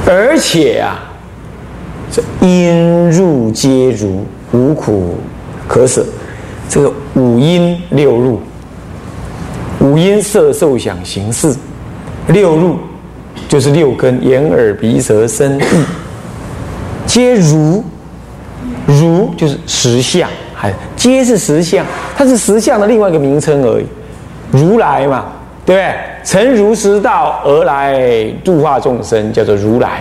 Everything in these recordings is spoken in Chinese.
而且啊，这因入皆如，无苦可舍。这个五阴六入，五阴色受想行识，六入就是六根，眼耳鼻舌身意，皆如，如就是实相，还皆是实相，它是实相的另外一个名称而已。如来嘛，对不对？乘如实道而来度化众生，叫做如来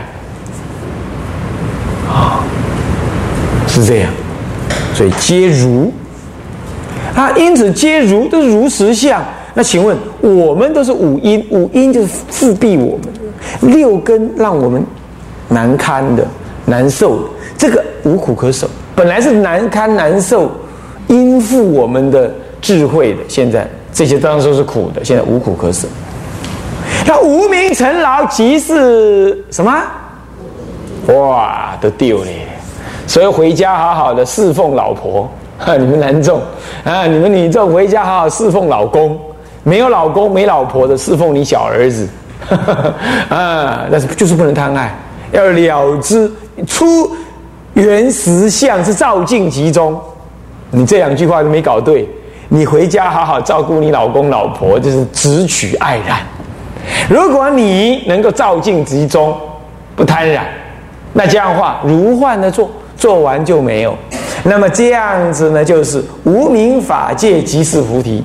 啊，是这样。所以皆如啊，因此皆如都是如实相。那请问我们都是五阴，五阴就是复庇我们，六根让我们难堪的、难受的，这个无苦可守。本来是难堪难受，应付我们的智慧的，现在这些当然说是苦的，现在无苦可舍。那无名尘劳即是什么？哇，都丢了！所以回家好好的侍奉老婆，你们男众啊，你们女众回家好好侍奉老公。没有老公没老婆的侍奉你小儿子啊，但是就是不能贪爱，要了知出原实相是照镜即中。你这两句话都没搞对，你回家好好照顾你老公老婆，就是直取爱染。如果你能够照镜即中，不贪染，那这样的话如幻的做，做完就没有。那么这样子呢，就是无明法界即是菩提。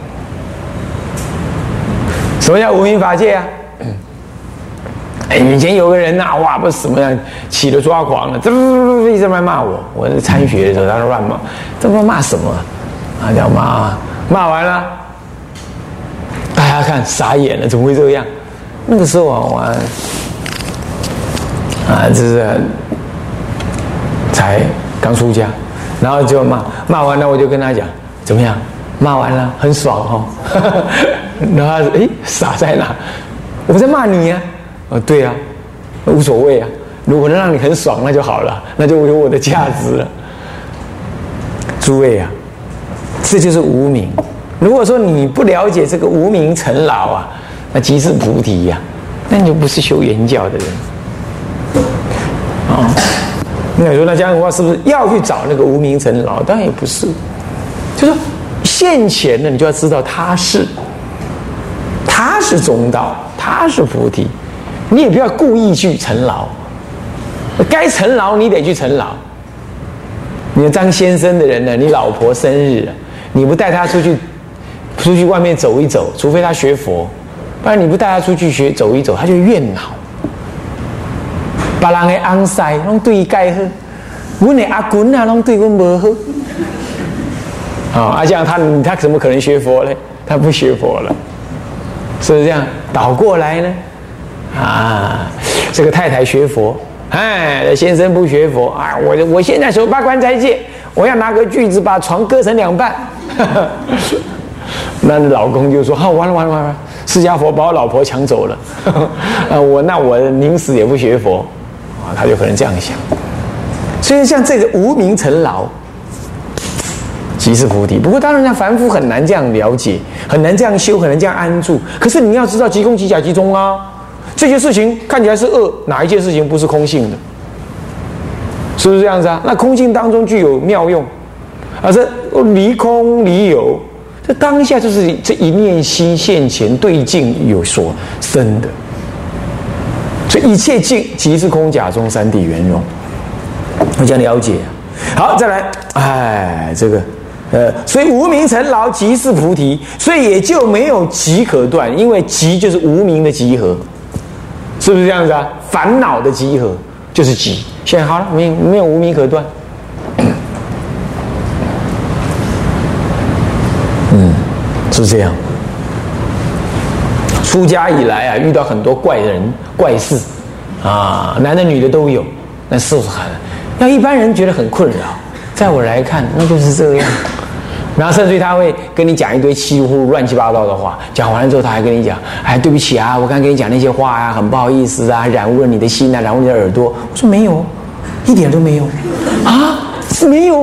什么叫无明法界啊？以前有个人呐、哇，不是什么样，起了抓狂了，一直在骂我。我在参学的时候，他乱骂，这不骂什么啊？叫骂完了，大家看傻眼了，怎么会这样？那个时候啊，我就是才刚出家，然后就骂完了，我就跟他讲怎么样？骂完了很爽哦，然后他傻在哪？我在骂你啊！对啊，无所谓啊。如果能让你很爽，那就好了，那就有我的价值了。诸位啊，这就是无明。如果说你不了解这个无明尘劳啊，那即是菩提呀、那你就不是修圆教的人。那你说那这样的话，是不是要去找那个无明尘劳？当然也不是，就是说现前呢，你就要知道他是中道，他是菩提，你也不要故意去尘劳，该尘劳你得去尘劳。你当先生的人呢，你老婆生日了，你不带她出去外面走一走，除非她学佛，不然你不带她出去走一走，她就怨恼。别人的翁婿拢对伊介好，阮的阿公啊，拢对阮无好。这样他怎么可能学佛呢？他不学佛了，是不是这样？倒过来呢？这个太太学佛，先生不学佛啊！我现在守八关斋戒，我要拿个锯子把床割成两半。那老公就说：完了，释迦佛把我老婆抢走了。我宁死也不学佛他就可能这样想。所以像这个无明尘劳，即是菩提。不过当然，凡夫很难这样了解，很难这样修，很难这样安住。可是你要知道，即空即假即中啊，这些事情看起来是恶，哪一件事情不是空性的？是不是这样子啊？那空性当中具有妙用，这离空离有，这当下就是这一念心现前对境有所生的。所以一切境即是空假中三谛圆融，我讲了解。好，再来，所以无明尘劳即是菩提，所以也就没有集可断，因为集就是无明的集合，是不是这样子啊？烦恼的集合就是集。现在好了，没有无明可断。是这样。出家以来啊，遇到很多怪人怪事男的女的都有，那是让一般人觉得很困扰。在我来看，那就是这样。然后甚至于他会跟你讲一堆稀里糊涂、乱七八糟的话，讲完了之后他还跟你讲：“对不起啊，我刚跟你讲那些话啊，很不好意思啊，染污了你的心啊，染污你的耳朵。”我说没有，一点都没有是没有吗？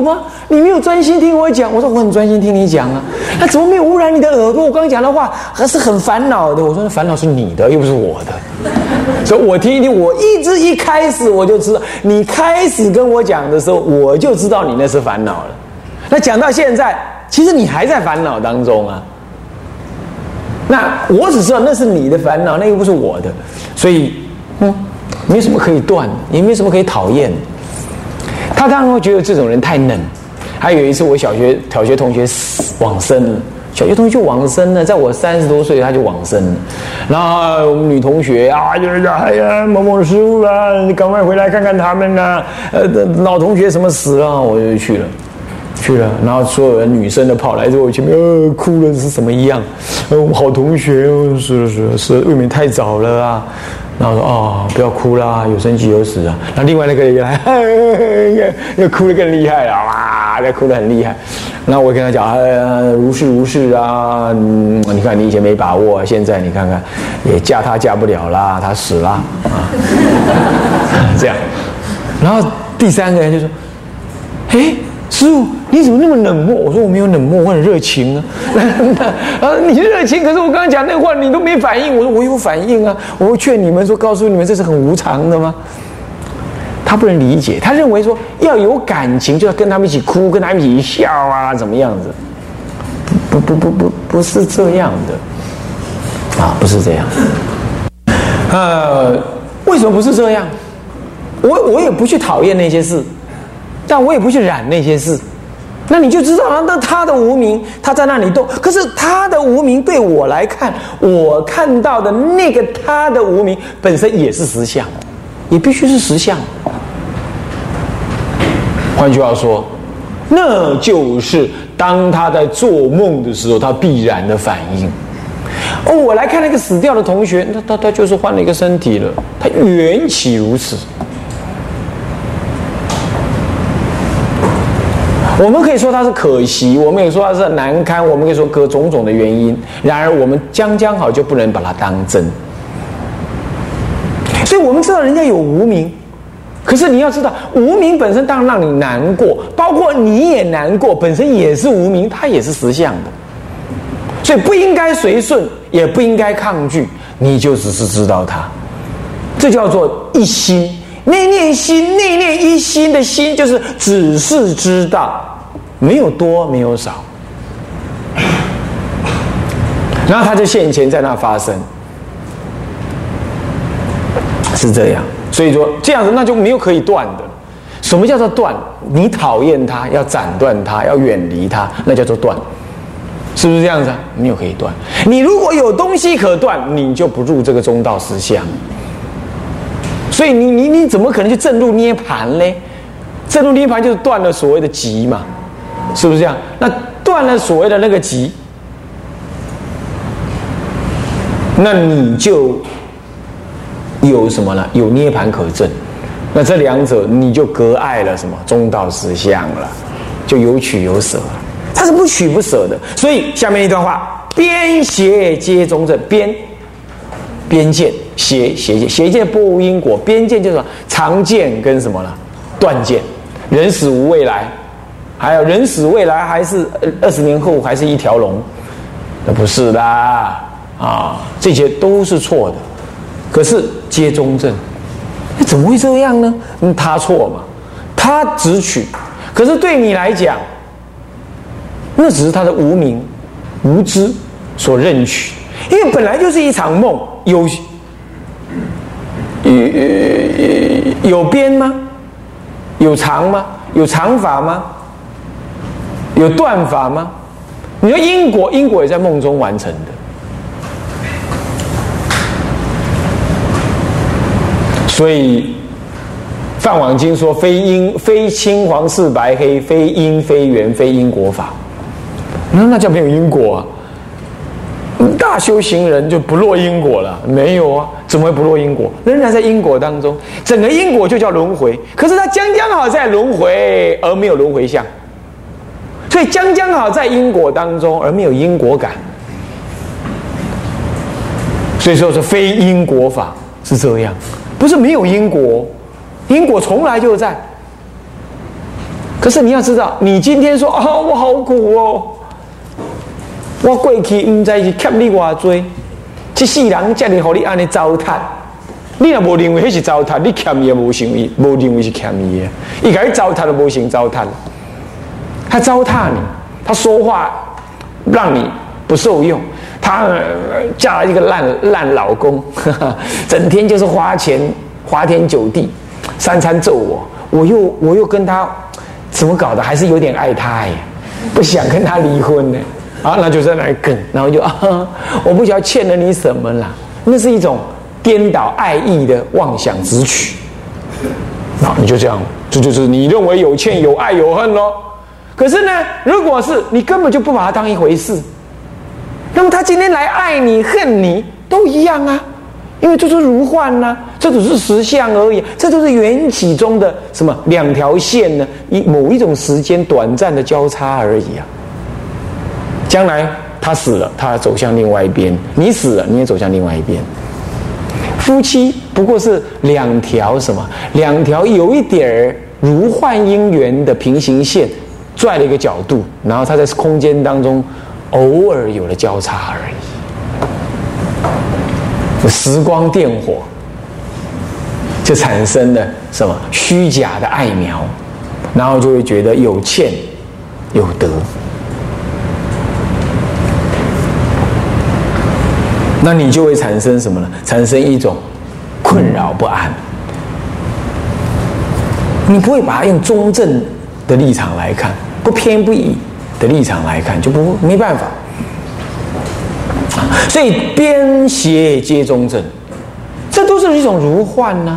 你没有专心听我讲。我说我很专心听你讲啊，那怎么没有污染你的耳朵？我刚刚讲的话还是很烦恼的。我说烦恼是你的，又不是我的。所以我听一听，我一开始我就知道，你开始跟我讲的时候，我就知道你那是烦恼了。那讲到现在，其实你还在烦恼当中啊。那我只知道那是你的烦恼，那又不是我的，所以没什么可以断，也没什么可以讨厌。他当然会觉得这种人太冷。还有一次，我小学同学往生了，小学同学就往生了，在我30多岁他就往生了。然后我们女同学啊，就是讲哎呀某某的师傅啊，你赶快回来看看他们啊，老同学什么死了，我就去了。然后所有的女生都跑来在我前面，哭了是什么样？我们好同学哦，是，未免太早了啊。然后说不要哭啦，有生即有死啊。然后另外那个也来，又哭得更厉害了，哇，那哭得很厉害。然后我跟他讲，如是啊，你看你以前没把握，现在你看看，也嫁他嫁不了啦，他死啦啊，这样。然后第3个人就说，师父，你怎么那么冷漠？我说我没有冷漠，我很热情啊。你热情，可是我刚刚讲那话你都没反应。我说我有反应啊，我会劝你们说，告诉你们这是很无常的吗？他不能理解，他认为说要有感情就要跟他们一起哭，跟他们一起笑啊，怎么样子？不是这样的啊，不是这样。为什么不是这样？我也不去讨厌那些事。但我也不去染那些事，那你就知道那他的无明，他在那里动。可是他的无明对我来看，我看到的那个他的无明本身也是实相，也必须是实相。换句话说，那就是当他在做梦的时候，他必然的反应。我来看那个死掉的同学，他就是换了一个身体了，他缘起如此。我们可以说它是可惜，我们也说它是难堪，我们可以说各种种的原因。然而我们将好就不能把它当真。所以我们知道人家有无明，可是你要知道，无明本身当然让你难过，包括你也难过，本身也是无明，它也是实相的。所以不应该随顺，也不应该抗拒，你就只是知道它，这叫做一心。内念一心的心，就是只是知道，没有多没有少，然后它就现前在那发生，是这样。所以说这样子那就没有可以断的。什么叫做断？你讨厌它，要斩断它，要远离它，那叫做断，是不是这样子啊？没有可以断。你如果有东西可断，你就不入这个中道实相。所以你怎么可能去证入涅盘呢？证入涅盘就是断了所谓的集嘛，是不是这样？那断了所谓的那个集，那你就有什么呢？有涅盘可证。那这两者你就隔碍了什么中道实相了，就有取有舍了。它是不取不舍的。所以下面一段话：边邪皆中正。边见邪见不无因果，边见就是什么常见跟什么呢？断见。人死无未来，还有人死未来还是20年后还是一条龙，那不是的啊，这些都是错的。可是皆中正，怎么会这样呢？他错嘛，他只取，可是对你来讲，那只是他的无明无知所认取。因为本来就是一场梦，有边吗？有常吗？有常法吗？有断法吗？你说因果也在梦中完成的。所以梵网经说非青黄赤白黑，非因非缘，非因果法。那叫没有因果啊。大修行人就不落因果了？没有啊，怎么会不落因果？仍然在因果当中，整个因果就叫轮回。可是他将好在轮回，而没有轮回相，所以将好在因果当中，而没有因果感。所以说是非因果法，是这样，不是没有因果，因果从来就在。 可是你要知道，你今天说啊，我好苦哦，我过去唔知是欠你偌多，这世人这里互你安尼糟蹋，你若无认为那是糟蹋，你欠伊也无想伊，无认为是欠伊的，伊甲你糟蹋都无成糟蹋，他糟蹋你，他说话让你不受用，他嫁了一个烂老公，整天就是花钱花天酒地，三餐揍我又跟他。怎么搞的？还是有点爱他哎，不想跟他离婚呢。啊，那就在那里梗，然后就我不晓得欠了你什么啦。那是一种颠倒爱意的妄想直取。那你就这样，这就是你认为有欠有爱有恨咯。可是呢，如果是你根本就不把他当一回事，那么他今天来爱你恨你都一样啊。因为这是如幻呐、这只是实相而已，这都是缘起中的什么两条线呢？某一种时间短暂的交叉而已啊。将来他死了，他走向另外一边；你死了，你也走向另外一边。夫妻不过是两条有一点如幻因缘的平行线，拽了一个角度，然后它在空间当中偶尔有了交叉而已。时光电火，就产生了什么虚假的爱苗，然后就会觉得有欠有得，那你就会产生什么呢？产生一种困扰不安。你不会把它用中正的立场来看，不偏不倚的立场来看，就没办法。所以边邪皆中正，这都是一种如幻呐、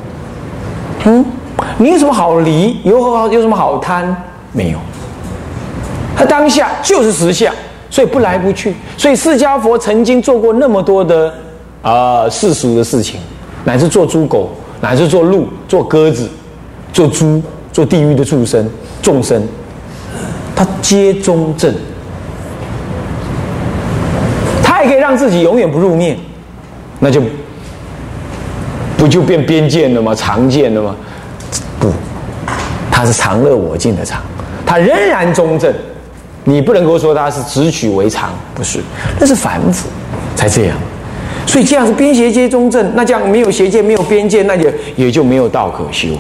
你有什么好离？有什么好贪？没有。他当下就是实相，所以不来不去。所以释迦佛曾经做过那么多的世俗的事情，乃至做猪狗，乃至做鹿、做鸽子、做猪、做地狱的众生，他皆中正。也可以让自己永远不入灭，那就不就变边见了吗？常见了吗？不，它是常乐我净的常，它仍然中正。你不能够说它是直取为常，不是，那是凡夫才这样。所以这样是边邪皆中正，那这样没有邪见，没有边界，那也就没有道可修。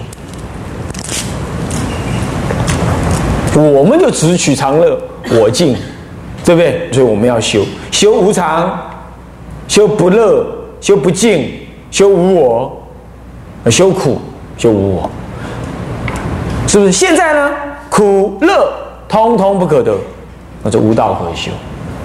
我们就直取常乐我净。对不对？所以我们要修无常，修不乐，修不净，修无我，修苦，修无我，是不是？现在呢，苦乐通通不可得，那就无道可修。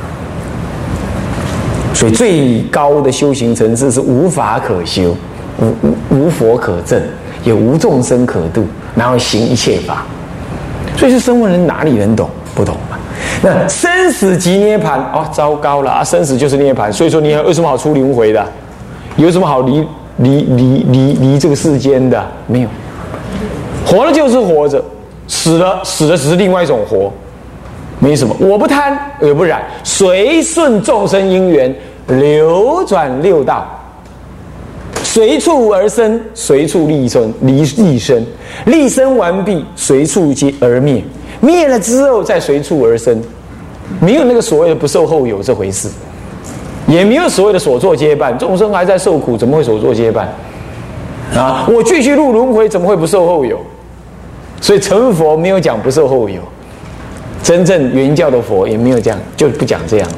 所以最高的修行层次是无法可修，无佛可证，也无众生可度，然后行一切法。所以是声闻人哪里能懂？不懂嘛。那生死即涅槃糟糕了啊！生死就是涅槃，所以说你有什么好出轮回的？有什么好离这个世间的？没有，活了就是活着，死了只是另外一种活，没什么。我不贪也不染，随顺众生因缘，流转六道，随处而生，随处立生，立生完毕，随处而灭。灭了之后再随处而生，没有那个所谓的不受后有这回事，也没有所谓的所作接伴。众生还在受苦，怎么会所作接伴啊？我继续入轮回，怎么会不受后有？所以成佛没有讲不受后有，真正原教的佛也没有讲，就不讲这样了。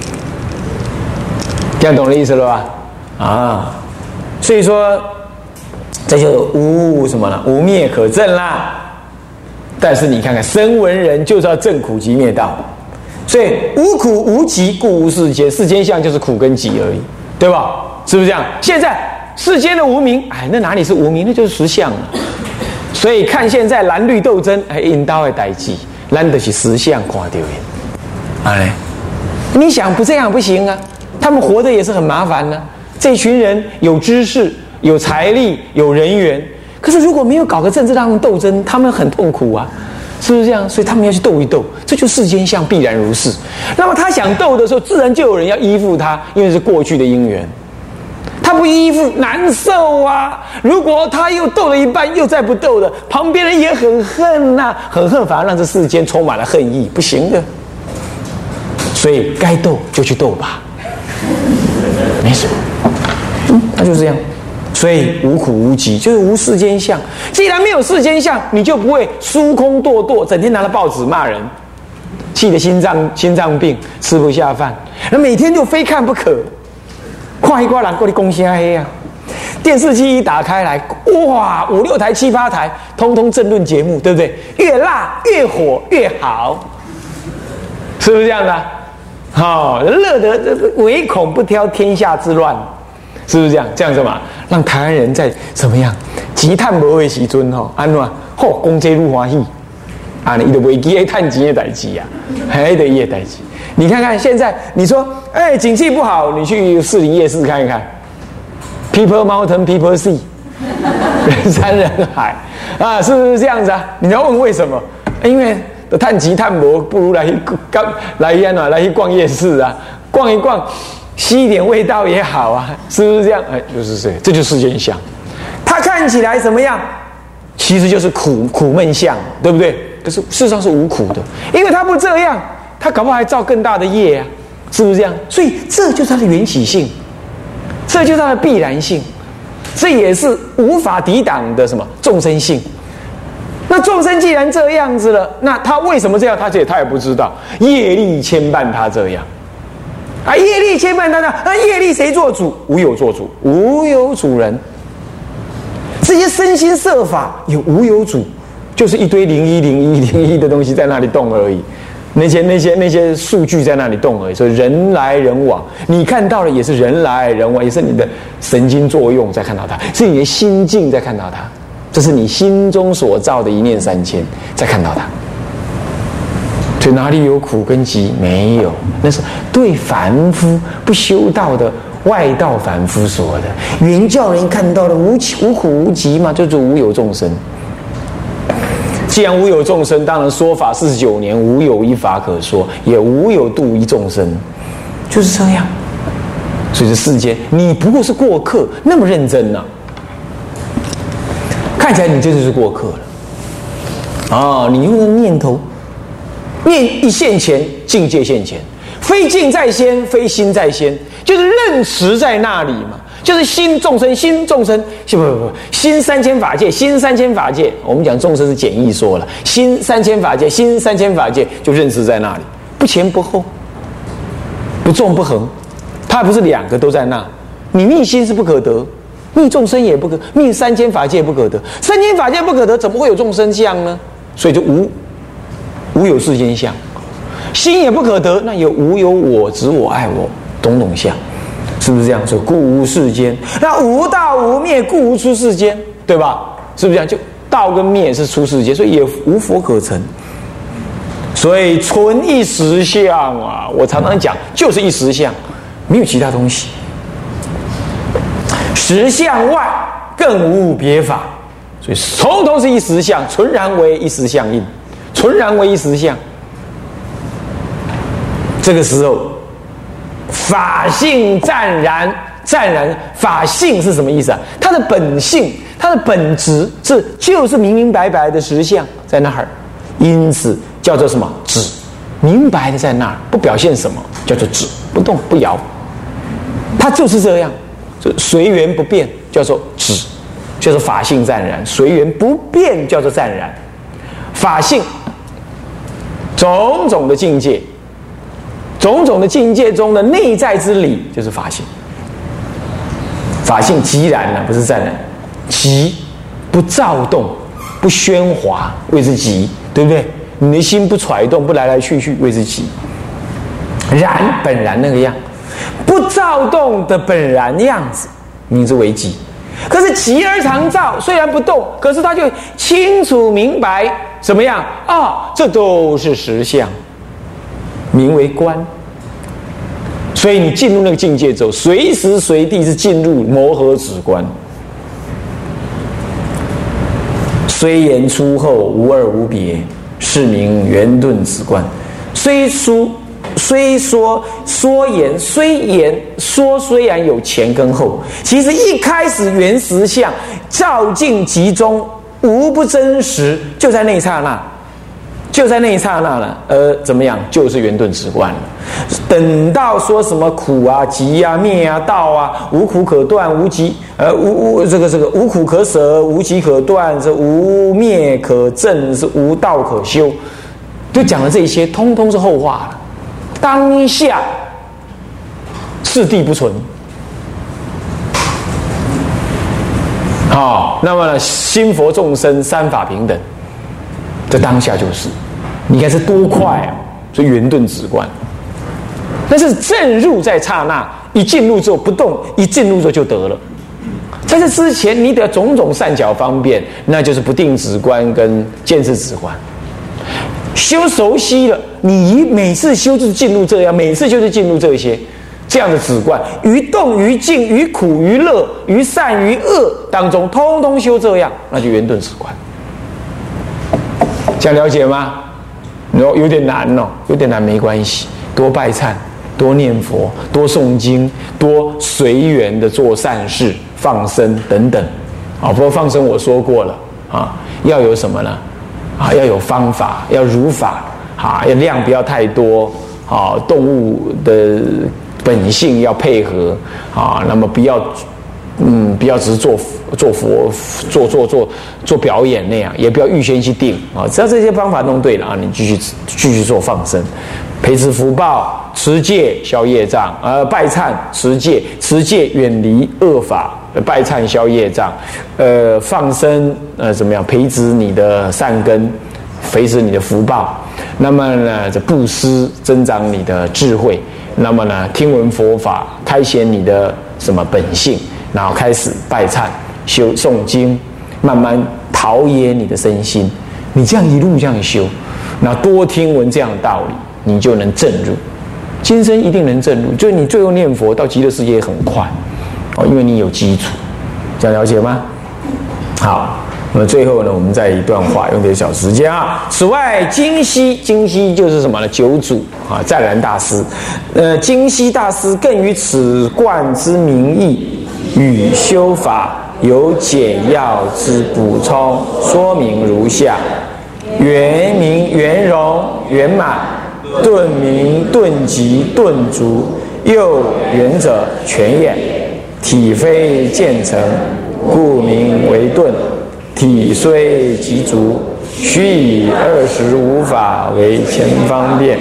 这样懂的意思了吧？所以说这就无什么了，无灭可证啦。但是你看看声闻人就是要证苦集灭道，所以无苦无集故无世间，世间相就是苦跟集而已，对吧？是不是这样？现在世间的无明，那哪里是无明？那就是实相了。所以看现在蓝绿斗争，引导的代志，咱就是实相看到的。你想不这样不行啊？他们活得也是很麻烦呢。这群人有知识、有财力、有人缘。可是如果没有搞个政治上的斗争，他们很痛苦啊，是不是这样？所以他们要去斗一斗，这就世间相必然如是。那么他想斗的时候，自然就有人要依附他，因为是过去的因缘。 他不依附难受啊！如果他又斗了一半，又再不斗了，旁边人也很恨呐、很恨，反而让这世间充满了恨意，不行的。所以该斗就去斗吧，没什么，那就这样。所以无苦无集，就是无世间相。既然没有世间相，你就不会疏空堕堕，整天拿着报纸骂人，气得心脏病，吃不下饭，那每天就非看不可。看一挂人过来攻下黑啊！电视机一打开来，哇，5、6台、7、8台，通通政论节目，对不对？越辣越火越好，是不是这样的？好、乐得唯恐不挑天下之乱。是不是这样？这样子嘛，让台湾人在怎么样？钱赚无的时阵吼，安怎？好，公车入欢喜，啊，你就袂记迄赚钱的代志啊，还得伊的代志。你看看现在，你说，景气不好，你去士林夜市看一看 ，People Mountain, People Sea， 人山人海啊，是不是这样子啊？你要问为什么？因为赚钱赚无，不如来去逛夜市啊，逛一逛。吸一点味道也好啊，是不是这样？就是这就是世间相。它看起来怎么样？其实就是苦闷相，对不对？可是事实上是无苦的，因为它不这样，它搞不好还造更大的业啊，是不是这样？所以这就是它的缘起性，这就是它的必然性，这也是无法抵挡的什么众生性。那众生既然这样子了，那他为什么这样？他也不知道，业力牵绊他这样。啊，业力牵绊他呢？那业力谁做主？无有做主，无有主人。这些身心色法有无有主，就是一堆0101的东西在那里动而已。那些数据在那里动而已。所以人来人往，你看到的也是人来人往，也是你的神经作用在看到它，是你的心境在看到它，这是你心中所造的一念三千在看到它。所以哪里有苦跟集？没有，那是对凡夫不修道的外道凡夫说的。原教人看到的无苦无集嘛，就是无有众生。既然无有众生，当然说法49年无有一法可说，也无有度一众生，就是这样。所以这世间你不过是过客，那么认真啊，看起来你这就是过客了啊！你用的念头。念一现前，境界现前，非境在先，非心在先，就是认识在那里嘛，就是心众生，心众生，不，心3000法界，心3000法界，我们讲众生是简易说了，心3000法界，心3000法界就认识在那里，不前不后，不纵不横，它不是两个都在那，你密心是不可得，密众生也不可，密3000法界不可得，3000法界不可得，怎么会有众生相呢？所以就无有世间相，心也不可得，那有无有我执我爱我种种相，是不是这样？所以故无世间，那无道无灭，故无出世间，对吧？是不是这样？就道跟灭是出世间，所以也无佛可成。所以纯一实相啊，我常常讲，就是一实相，没有其他东西。实相外更无别法，所以从头是一实相，纯然为一实相应。纯然为一实相，这个时候法性湛然，法性是什么意思啊？它的本性，它的本质就是明明白白的实相在那儿，因此叫做什么？止，明白的在那儿，不表现什么，叫做止，不动不摇，它就是这样，就随缘不变，叫做止，叫做法性湛然，随缘不变叫做湛然，法性。种种的境界，种种的境界中的内在之理，就是法性。法性寂然了，不是湛然，寂不躁动，不喧哗，谓之寂，对不对？你的心不揣动，不来来去去，谓之寂。然本然那个样，不躁动的本然样子，名之为寂。可是寂而常躁，虽然不动，可是他就清楚明白怎么样啊？这都是实相，名为观。所以你进入那个境界之后，随时随地是进入摩诃止观。虽言出后无二无别，是名圆顿止观。虽虽然有前跟后，其实一开始原实相照尽集中，无不真实，就在那一刹那。就在那一刹那了，怎么样？就是圆顿直观了。等到说什么苦啊、集啊、灭啊、道啊，无苦可断，无集这个无苦可舍，无集可断，是无灭可证，是无道可修，就讲了这些，通通是后话了。当下次第不存。好，那么呢，心佛众生三法平等，这当下就是。你看是多快啊！所以圆顿直观，但是正入在刹那，一进入之后不动，一进入之后就得了。在这之前，你得种种善巧方便，那就是不定直观跟见识直观。修熟悉了，你每次修就是进入这样，每次就是进入这些这样的直观，于动于静，于苦于乐，于善于恶当中，通通修这样，那就圆顿直观。这样了解吗？有点难哦，有点难没关系，多拜忏，多念佛，多诵经，多随缘的做善事、放生等等。啊，不过放生我说过了啊，要有什么呢？啊，要有方法，要如法啊，要量不要太多啊，动物的本性要配合啊，那么不要只是做佛做表演那样，也不要预先去定啊。只要这些方法弄对了啊，你继续做放生，培植福报，持戒消业障，拜忏持戒远离恶法，拜忏消业障，放生怎么样培植你的善根，培植你的福报。那么呢，这布施增长你的智慧，那么呢，听闻佛法开显你的什么本性。然后开始拜忏、修诵经，慢慢陶冶你的身心。你这样一路这样修，那多听闻这样的道理，你就能证入。今生一定能证入，就是你最后念佛到极乐世界也很快哦，因为你有基础。这样了解吗？好，那么最后呢，我们再一段话，用点小时间啊。此外，金溪就是什么呢？九祖啊，湛然大师。金溪大师更于此观之名义。与修法有简要之补充说明如下：圆明圆融圆满，顿明顿极顿足，又圆者全眼，体非渐成，故名为顿。体虽极足，须以25法为前方便。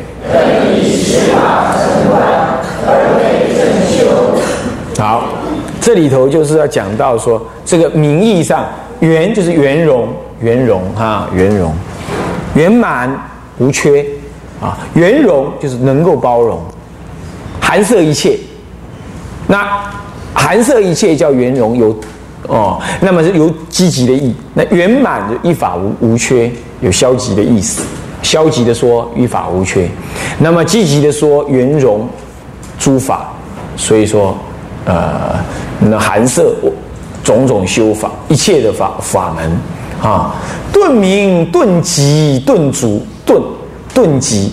好。这里头就是要讲到说，这个名义上，圆就是圆融哈，圆融，圆满无缺啊，圆融就是能够包容，含摄一切。那含摄一切叫圆融，有那么是有积极的意。那圆满就一法无缺，有消极的意思。消极的说一法无缺，那么积极的说圆融诸法，所以说。那含摄种种修法，一切的法门啊，顿明、顿极、顿足、顿极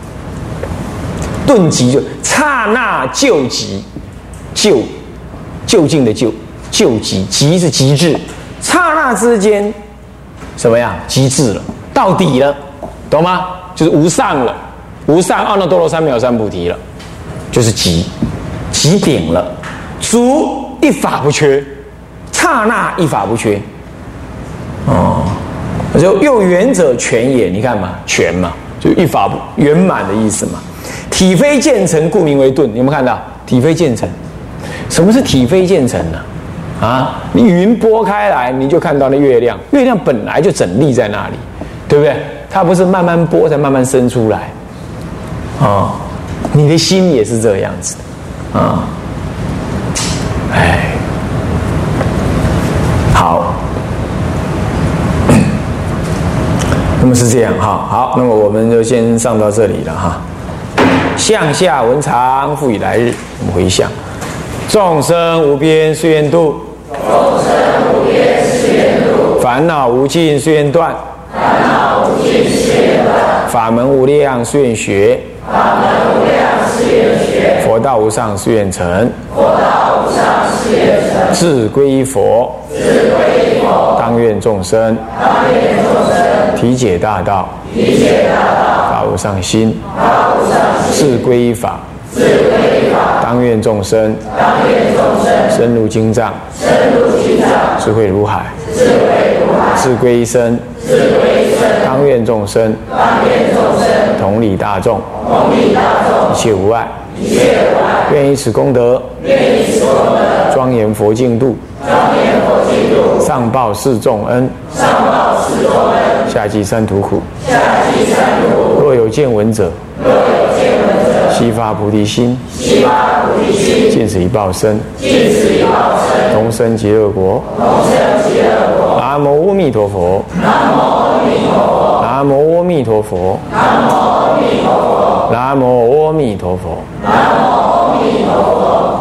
就刹那就极，就近的就极，极是极致，刹那之间什么样？极致了，到底了，懂吗？就是无上了，无上阿耨多罗三藐三菩提了，就是极顶了。足一法不缺，刹那一法不缺，就又圆者全也，你看嘛，全嘛，就一法圆满的意思嘛。体非渐成，故名为顿。你有没有看到体非渐成？什么是体非渐成呢？啊，你云拨开来，你就看到那月亮，月亮本来就整立在那里，对不对？它不是慢慢拨才慢慢生出来，你的心也是这样子的啊。好，那么是这样哈。好，那么我们就先上到这里了哈。向下文长，复以来日。我们回向：众生无边誓愿度，烦恼无尽誓愿断，法门无量誓愿学， 法门无量誓愿学， 佛道无上誓愿成， 佛道无上誓愿成， 志归依佛， 志归依佛， 当愿众生， 当愿众生， 体解大道， 体解大道， 发无上心， 发无上心， 志归依法， 志归依法， 当愿众生， 当愿众生， 深入经藏， 深入经藏， 智慧如海， 智慧如海， 志归一生， 智归一生， 当愿众生， 当愿众生， 同理大众， 同理大众， 一切无碍， 一切无碍， 愿以此功德， 愿以此功德， 庄严佛净土， 庄严佛净土， 上报四重恩， 上报四重恩， 下济三途苦。 下济三途苦。 若有见闻者， 若有见闻者， 悉发菩提心， 悉发菩提心， 尽此一报身， 尽此一报身， 同生极乐国。 同生极乐国。 南无阿弥陀佛。 南无阿弥陀佛。 南无阿弥陀佛。 南无阿弥陀佛。 南无阿弥陀佛。 南无阿弥陀佛。